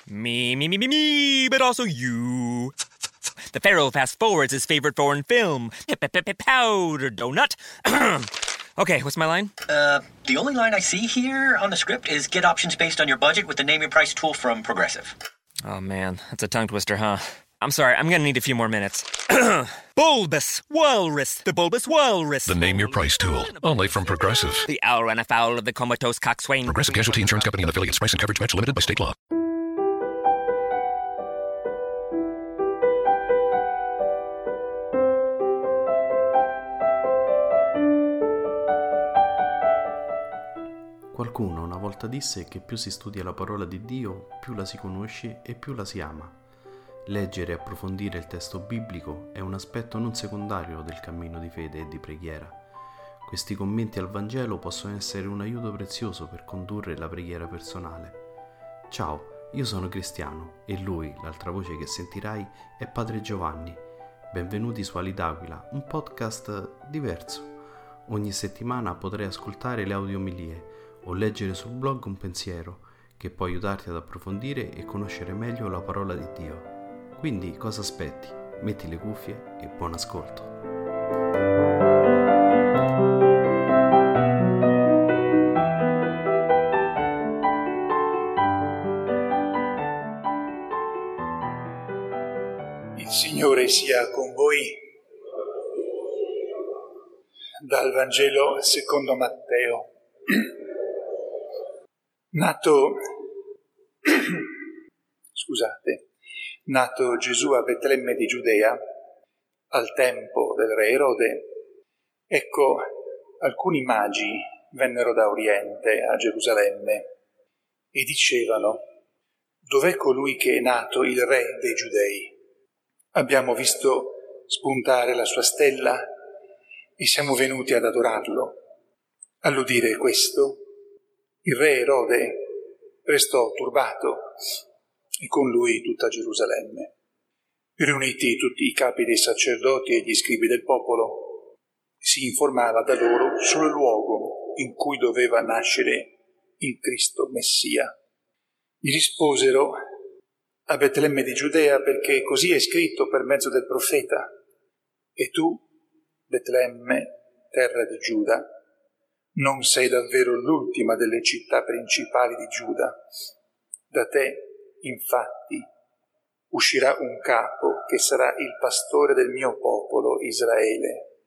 Me, but also you. The Pharaoh fast forwards his favorite foreign film, Powder Donut. Okay, what's my line? The only line I see here on the script is get options based on your budget with the Name Your Price tool from Progressive. Oh man, that's a tongue twister, huh? I'm sorry, I'm gonna need a few more minutes. Bulbous Walrus, the Bulbous Walrus. The Name Your Price tool, only from Progressive. The owl ran afoul of the comatose coxswain. Progressive Casualty Insurance Company and affiliates. Price and coverage match limited by state law. Qualcuno una volta disse che più si studia la parola di Dio, più la si conosce e più la si ama. Leggere e approfondire il testo biblico è un aspetto non secondario del cammino di fede e di preghiera. Questi commenti al Vangelo possono essere un aiuto prezioso per condurre la preghiera personale. Ciao, io sono Cristiano e lui, l'altra voce che sentirai, è Padre Giovanni. Benvenuti su Ali d'Aquila, un podcast diverso. Ogni settimana potrai ascoltare le audiomilie o leggere sul blog un pensiero che può aiutarti ad approfondire e conoscere meglio la parola di Dio. Quindi cosa aspetti? Metti le cuffie e buon ascolto. Il Signore sia con voi. Dal Vangelo secondo Matteo. Nato Gesù a Betlemme di Giudea, al tempo del re Erode, ecco, alcuni magi vennero da Oriente a Gerusalemme e dicevano: dov'è colui che è nato il re dei Giudei? Abbiamo visto spuntare la sua stella e siamo venuti ad adorarlo. All'udire questo, il re Erode restò turbato e con lui tutta Gerusalemme. Riuniti tutti i capi dei sacerdoti e gli scribi del popolo, si informava da loro sul luogo in cui doveva nascere il Cristo Messia. Gli risposero: a Betlemme di Giudea, perché così è scritto per mezzo del profeta: e tu, Betlemme, terra di Giuda, non sei davvero l'ultima delle città principali di Giuda. Da te, infatti, uscirà un capo che sarà il pastore del mio popolo Israele.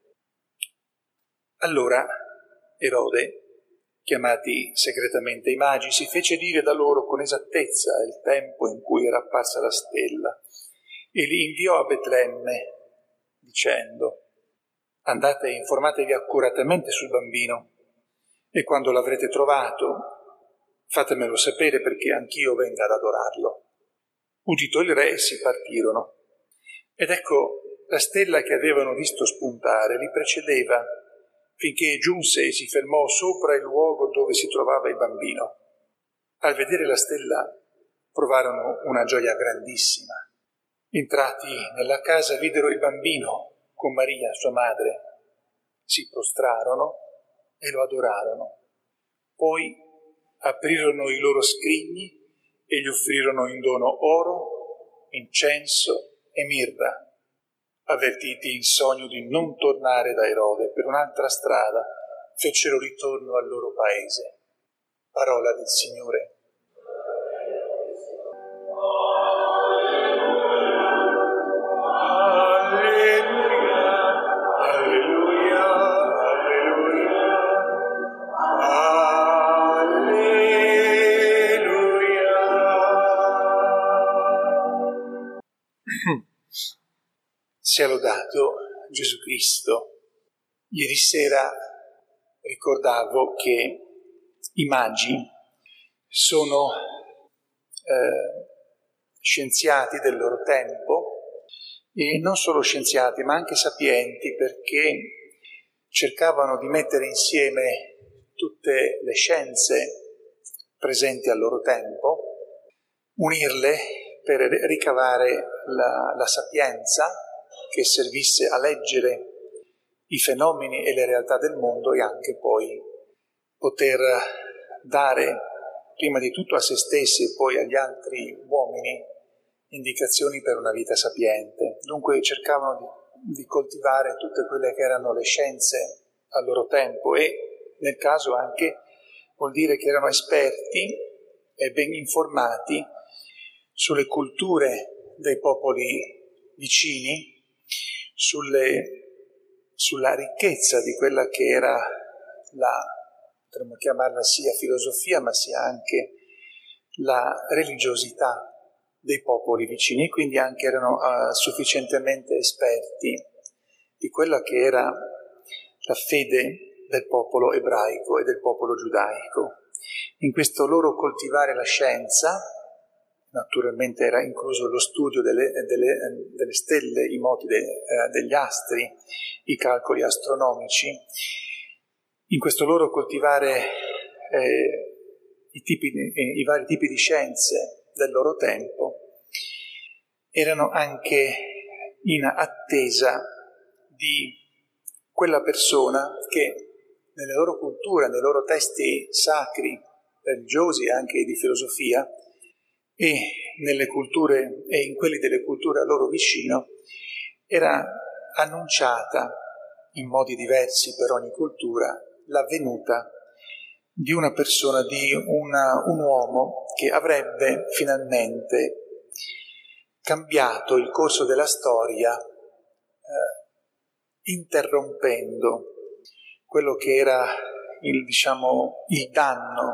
Allora Erode, chiamati segretamente i magi, si fece dire da loro con esattezza il tempo in cui era apparsa la stella e li inviò a Betlemme, dicendo: andate e informatevi accuratamente sul bambino, e quando l'avrete trovato fatemelo sapere perché anch'io venga ad adorarlo. Udito il re, si partirono. Ed ecco, la stella che avevano visto spuntare li precedeva, finché giunse e si fermò sopra il luogo dove si trovava il bambino. Al vedere la stella provarono una gioia grandissima. Entrati nella casa videro il bambino con Maria, sua madre. Si prostrarono e lo adorarono. Poi aprirono i loro scrigni e gli offrirono in dono oro, incenso e mirra. Avvertiti in sogno di non tornare da Erode per un'altra strada, fecero ritorno al loro paese. Parola del Signore. Sia lodato Gesù Cristo. Ieri sera ricordavo che i magi sono scienziati del loro tempo, e non solo scienziati ma anche sapienti, perché cercavano di mettere insieme tutte le scienze presenti al loro tempo, unirle per ricavare la sapienza che servisse a leggere i fenomeni e le realtà del mondo e anche poi poter dare prima di tutto a se stessi e poi agli altri uomini, indicazioni per una vita sapiente. Dunque cercavano di coltivare tutte quelle che erano le scienze al loro tempo e nel caso anche vuol dire che erano esperti e ben informati sulle culture dei popoli vicini, sulla ricchezza di quella che era potremmo chiamarla sia filosofia, ma sia anche la religiosità dei popoli vicini, e quindi anche erano sufficientemente esperti di quella che era la fede del popolo ebraico e del popolo giudaico. In questo loro coltivare la scienza, naturalmente era incluso lo studio delle stelle, i moti degli astri, i calcoli astronomici. In questo loro coltivare i vari tipi di scienze del loro tempo, erano anche in attesa di quella persona che nelle loro culture, nei loro testi sacri, religiosi e anche di filosofia, e nelle culture e in quelli delle culture a loro vicino, era annunciata in modi diversi per ogni cultura la venuta di una persona, di un uomo che avrebbe finalmente cambiato il corso della storia, interrompendo quello che era il danno,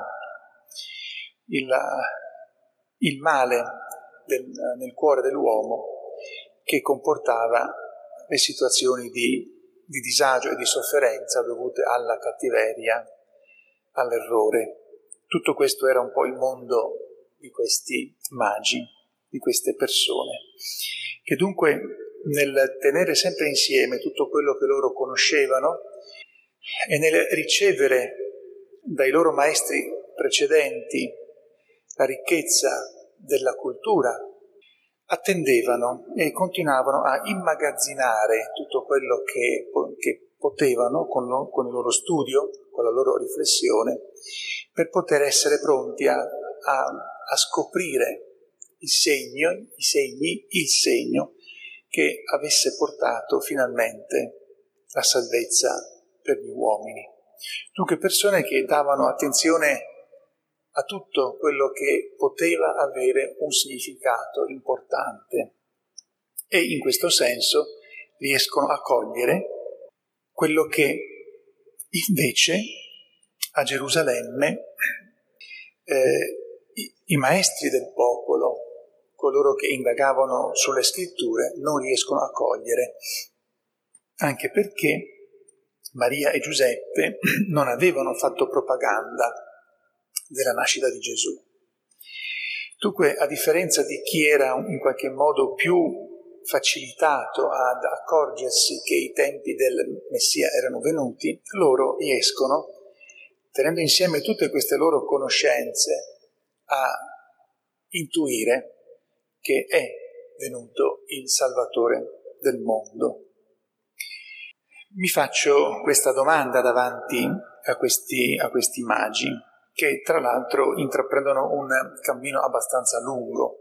il male nel cuore dell'uomo, che comportava le situazioni di disagio e di sofferenza dovute alla cattiveria, all'errore. Tutto questo era un po' il mondo di questi magi, di queste persone, che dunque nel tenere sempre insieme tutto quello che loro conoscevano e nel ricevere dai loro maestri precedenti la ricchezza della cultura, attendevano e continuavano a immagazzinare tutto quello che potevano con il loro studio, con la loro riflessione, per poter essere pronti a scoprire il segno che avesse portato finalmente la salvezza per gli uomini. Dunque persone che davano attenzione a tutto quello che poteva avere un significato importante e in questo senso riescono a cogliere quello che invece a Gerusalemme i maestri del popolo, coloro che indagavano sulle scritture, non riescono a cogliere, anche perché Maria e Giuseppe non avevano fatto propaganda della nascita di Gesù. Dunque, a differenza di chi era in qualche modo più facilitato ad accorgersi che i tempi del Messia erano venuti, loro riescono, tenendo insieme tutte queste loro conoscenze, a intuire che è venuto il Salvatore del mondo. Mi faccio questa domanda davanti a questi magi, che tra l'altro intraprendono un cammino abbastanza lungo,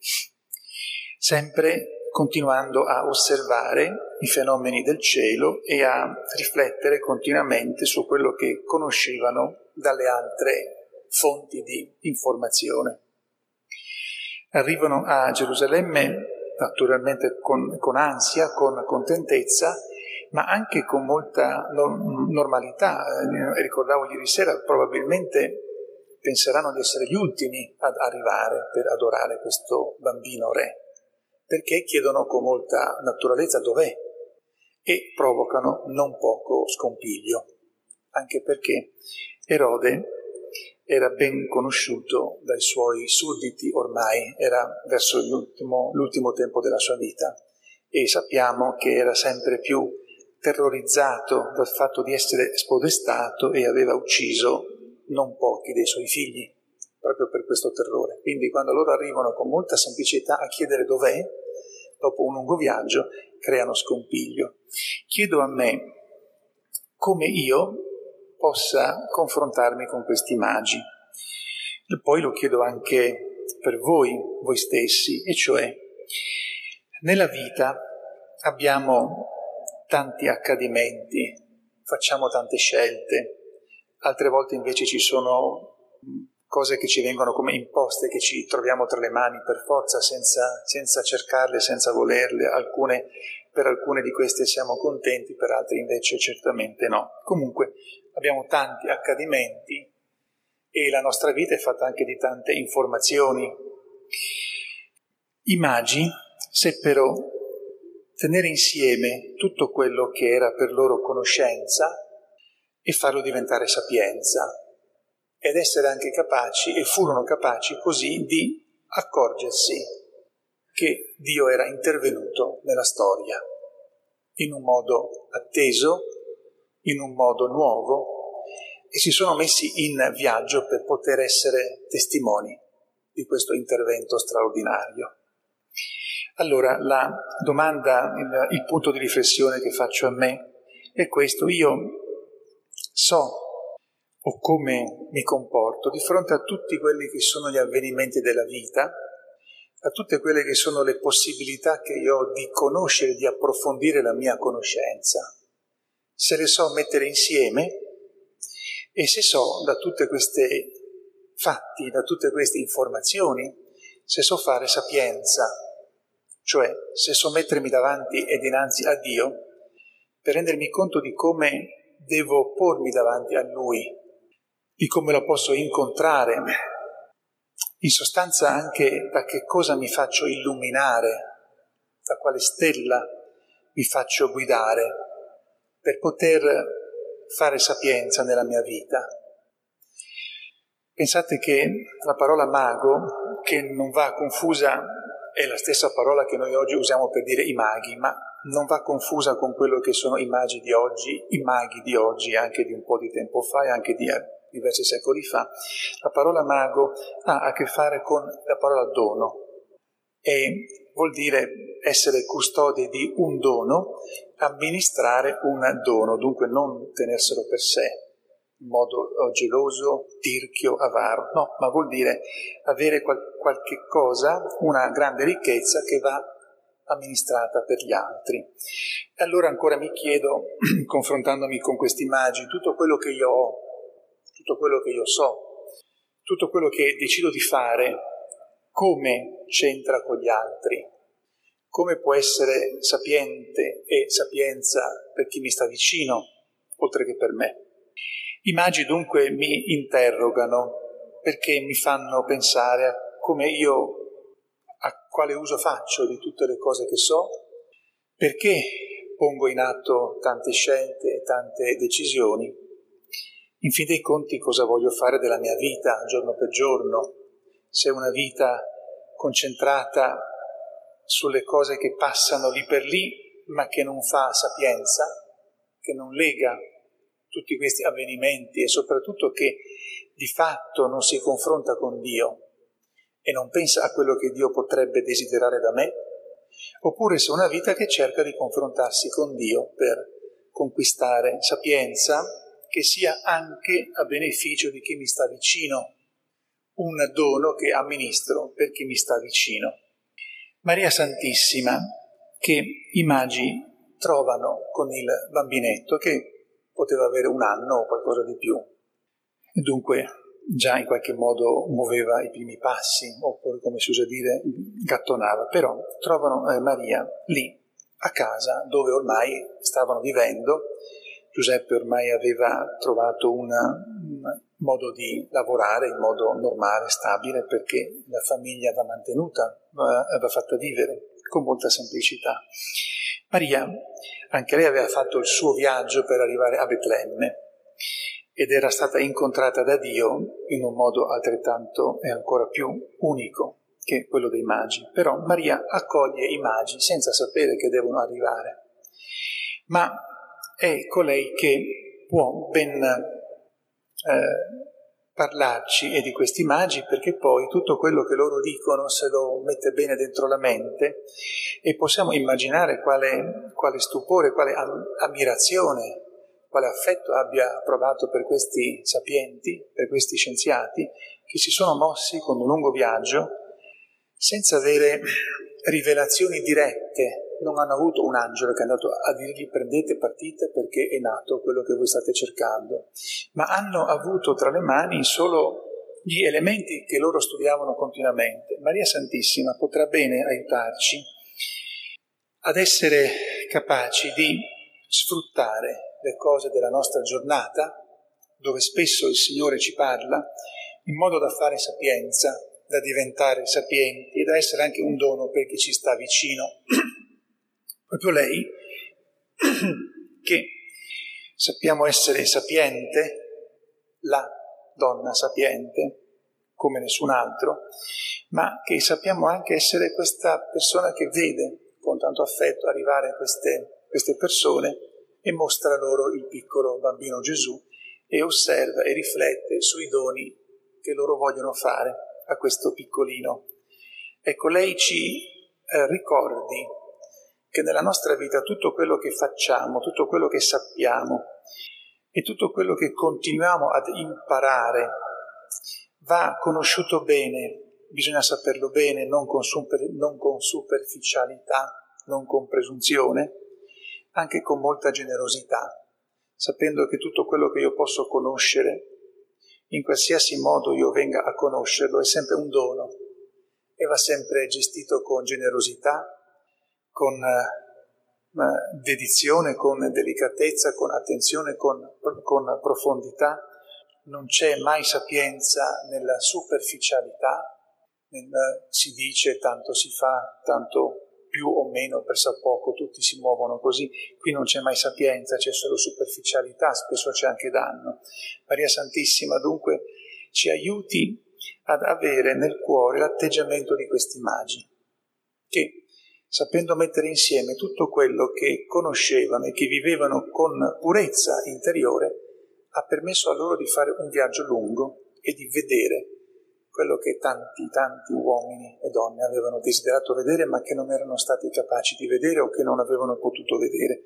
sempre continuando a osservare i fenomeni del cielo e a riflettere continuamente su quello che conoscevano dalle altre fonti di informazione. Arrivano a Gerusalemme naturalmente con ansia, con contentezza, ma anche con molta normalità. Ricordavo ieri sera, probabilmente penseranno di essere gli ultimi ad arrivare per adorare questo bambino re, perché chiedono con molta naturalezza dov'è e provocano non poco scompiglio, anche perché Erode era ben conosciuto dai suoi sudditi ormai, era verso l'ultimo tempo della sua vita e sappiamo che era sempre più terrorizzato dal fatto di essere spodestato e aveva ucciso non pochi dei suoi figli proprio per questo terrore. Quindi quando loro arrivano con molta semplicità a chiedere dov'è, dopo un lungo viaggio, creano scompiglio. Chiedo a me come io possa confrontarmi con questi magi. E poi lo chiedo anche per voi stessi, e cioè, nella vita abbiamo tanti accadimenti, facciamo tante scelte, altre volte invece ci sono cose che ci vengono come imposte, che ci troviamo tra le mani per forza, senza cercarle, senza volerle. Per alcune di queste siamo contenti, per altre invece certamente no. Comunque abbiamo tanti accadimenti e la nostra vita è fatta anche di tante informazioni. I magi seppero tenere insieme tutto quello che era per loro conoscenza e farlo diventare sapienza, ed essere anche capaci, e furono capaci così, di accorgersi che Dio era intervenuto nella storia in un modo atteso, in un modo nuovo, e si sono messi in viaggio per poter essere testimoni di questo intervento straordinario. Allora, la domanda, il punto di riflessione che faccio a me è questo: io so o come mi comporto di fronte a tutti quelli che sono gli avvenimenti della vita, a tutte quelle che sono le possibilità che io ho di conoscere, di approfondire la mia conoscenza, se le so mettere insieme e se so da tutte queste fatti, da tutte queste informazioni, se so fare sapienza, cioè se so mettermi davanti e dinanzi a Dio per rendermi conto di come devo pormi davanti a Lui, di come lo posso incontrare, in sostanza anche da che cosa mi faccio illuminare, da quale stella mi faccio guidare per poter fare sapienza nella mia vita. Pensate che la parola mago, che non va confusa, è la stessa parola che noi oggi usiamo per dire i maghi, ma non va confusa con quello che sono i magi di oggi, i maghi di oggi, anche di un po' di tempo fa e anche di diversi secoli fa. La parola mago ha a che fare con la parola dono e vuol dire essere custode di un dono, amministrare un dono, dunque non tenerselo per sé in modo geloso, tirchio, avaro, no, ma vuol dire avere qualche cosa, una grande ricchezza che va amministrata per gli altri. E allora ancora mi chiedo, confrontandomi con questi magi, tutto quello che io ho, tutto quello che io so, tutto quello che decido di fare, come c'entra con gli altri? Come può essere sapiente e sapienza per chi mi sta vicino, oltre che per me? I magi dunque mi interrogano perché mi fanno pensare a come io, a quale uso faccio di tutte le cose che so, perché pongo in atto tante scelte e tante decisioni. In fin dei conti cosa voglio fare della mia vita giorno per giorno? Se è una vita concentrata sulle cose che passano lì per lì, ma che non fa sapienza, che non lega tutti questi avvenimenti e soprattutto che di fatto non si confronta con Dio e non pensa a quello che Dio potrebbe desiderare da me, oppure se è una vita che cerca di confrontarsi con Dio per conquistare sapienza che sia anche a beneficio di chi mi sta vicino, un dono che amministro per chi mi sta vicino. Maria Santissima, che i magi trovano con il bambinetto che poteva avere 1 anno o qualcosa di più, e dunque già in qualche modo muoveva i primi passi, oppure come si usa dire, gattonava, però trovano Maria lì a casa dove ormai stavano vivendo. Giuseppe ormai aveva trovato un modo di lavorare in modo normale, stabile, perché la famiglia va mantenuta, va fatta vivere con molta semplicità. Maria, anche lei aveva fatto il suo viaggio per arrivare a Betlemme ed era stata incontrata da Dio in un modo altrettanto e ancora più unico che quello dei magi. Però Maria accoglie i magi senza sapere che devono arrivare, ma è colei che può ben parlarci e di questi magi, perché poi tutto quello che loro dicono se lo mette bene dentro la mente e possiamo immaginare quale stupore, quale ammirazione, quale affetto abbia provato per questi sapienti, per questi scienziati, che si sono mossi con un lungo viaggio senza avere rivelazioni dirette, non hanno avuto un angelo che è andato a dirgli prendete partite perché è nato quello che voi state cercando, ma hanno avuto tra le mani solo gli elementi che loro studiavano continuamente. Maria Santissima potrà bene aiutarci ad essere capaci di sfruttare le cose della nostra giornata, dove spesso il Signore ci parla, in modo da fare sapienza, da diventare sapienti e da essere anche un dono per chi ci sta vicino. Proprio lei, che sappiamo essere sapiente, la donna sapiente, come nessun altro, ma che sappiamo anche essere questa persona che vede con tanto affetto arrivare queste persone e mostra loro il piccolo bambino Gesù e osserva e riflette sui doni che loro vogliono fare a questo piccolino. Ecco, lei ci ricordi che nella nostra vita tutto quello che facciamo, tutto quello che sappiamo e tutto quello che continuiamo ad imparare va conosciuto bene, bisogna saperlo bene, non con superficialità, non con presunzione, anche con molta generosità, sapendo che tutto quello che io posso conoscere, in qualsiasi modo io venga a conoscerlo, è sempre un dono e va sempre gestito con generosità, con dedizione, con delicatezza, con attenzione, con profondità. Non c'è mai sapienza nella superficialità, si dice tanto si fa, tanto più o meno per sa poco, tutti si muovono così. Qui non c'è mai sapienza, c'è solo superficialità, spesso c'è anche danno. Maria Santissima dunque ci aiuti ad avere nel cuore l'atteggiamento di questi magi, che sapendo mettere insieme tutto quello che conoscevano e che vivevano con purezza interiore, ha permesso a loro di fare un viaggio lungo e di vedere quello che tanti uomini e donne avevano desiderato vedere ma che non erano stati capaci di vedere o che non avevano potuto vedere.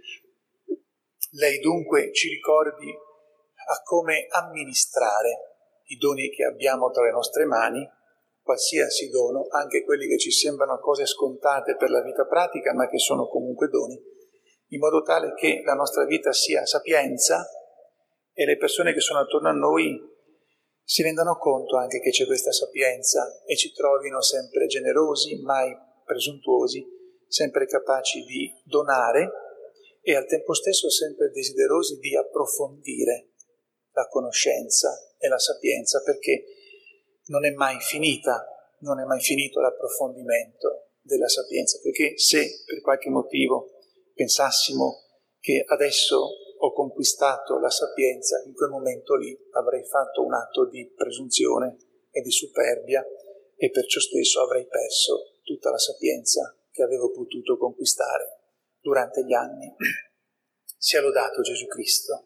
Lei dunque ci ricordi a come amministrare i doni che abbiamo tra le nostre mani, qualsiasi dono, anche quelli che ci sembrano cose scontate per la vita pratica ma che sono comunque doni, in modo tale che la nostra vita sia sapienza e le persone che sono attorno a noi si rendano conto anche che c'è questa sapienza e ci trovino sempre generosi, mai presuntuosi, sempre capaci di donare e al tempo stesso sempre desiderosi di approfondire la conoscenza e la sapienza, perché non è mai finita, non è mai finito l'approfondimento della sapienza, perché se per qualche motivo pensassimo che adesso ho conquistato la sapienza, in quel momento lì avrei fatto un atto di presunzione e di superbia e perciò stesso avrei perso tutta la sapienza che avevo potuto conquistare durante gli anni. Sia lodato Gesù Cristo.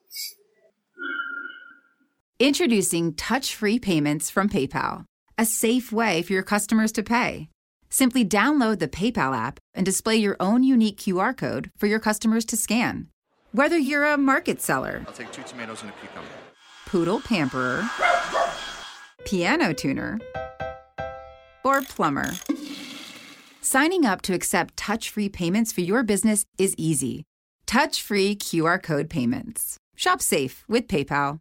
Introducing touch-free payments from PayPal, a safe way for your customers to pay. Simply download the PayPal app and display your own unique QR code for your customers to scan. Whether you're a market seller, I'll take 2 tomatoes and a cucumber, poodle pamperer, piano tuner, or plumber, signing up to accept touch-free payments for your business is easy. Touch-free QR code payments. Shop safe with PayPal.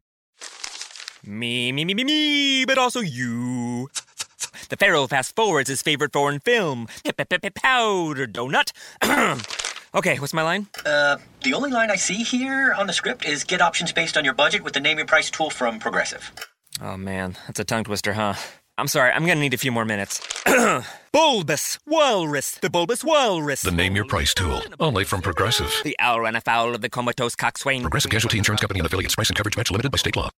Me, but also you. The Pharaoh fast forwards his favorite foreign film, Powder Donut. Okay, what's my line? The only line I see here on the script is get options based on your budget with the Name Your Price tool from Progressive. Oh man, that's a tongue twister, huh? I'm sorry, I'm gonna need a few more minutes. Bulbous Walrus, the Bulbous Walrus. The Name Your Price tool, only from Progressive. The owl ran afoul of the comatose coxswain. Progressive Casualty Insurance Company and affiliates. Price and coverage match limited by state law.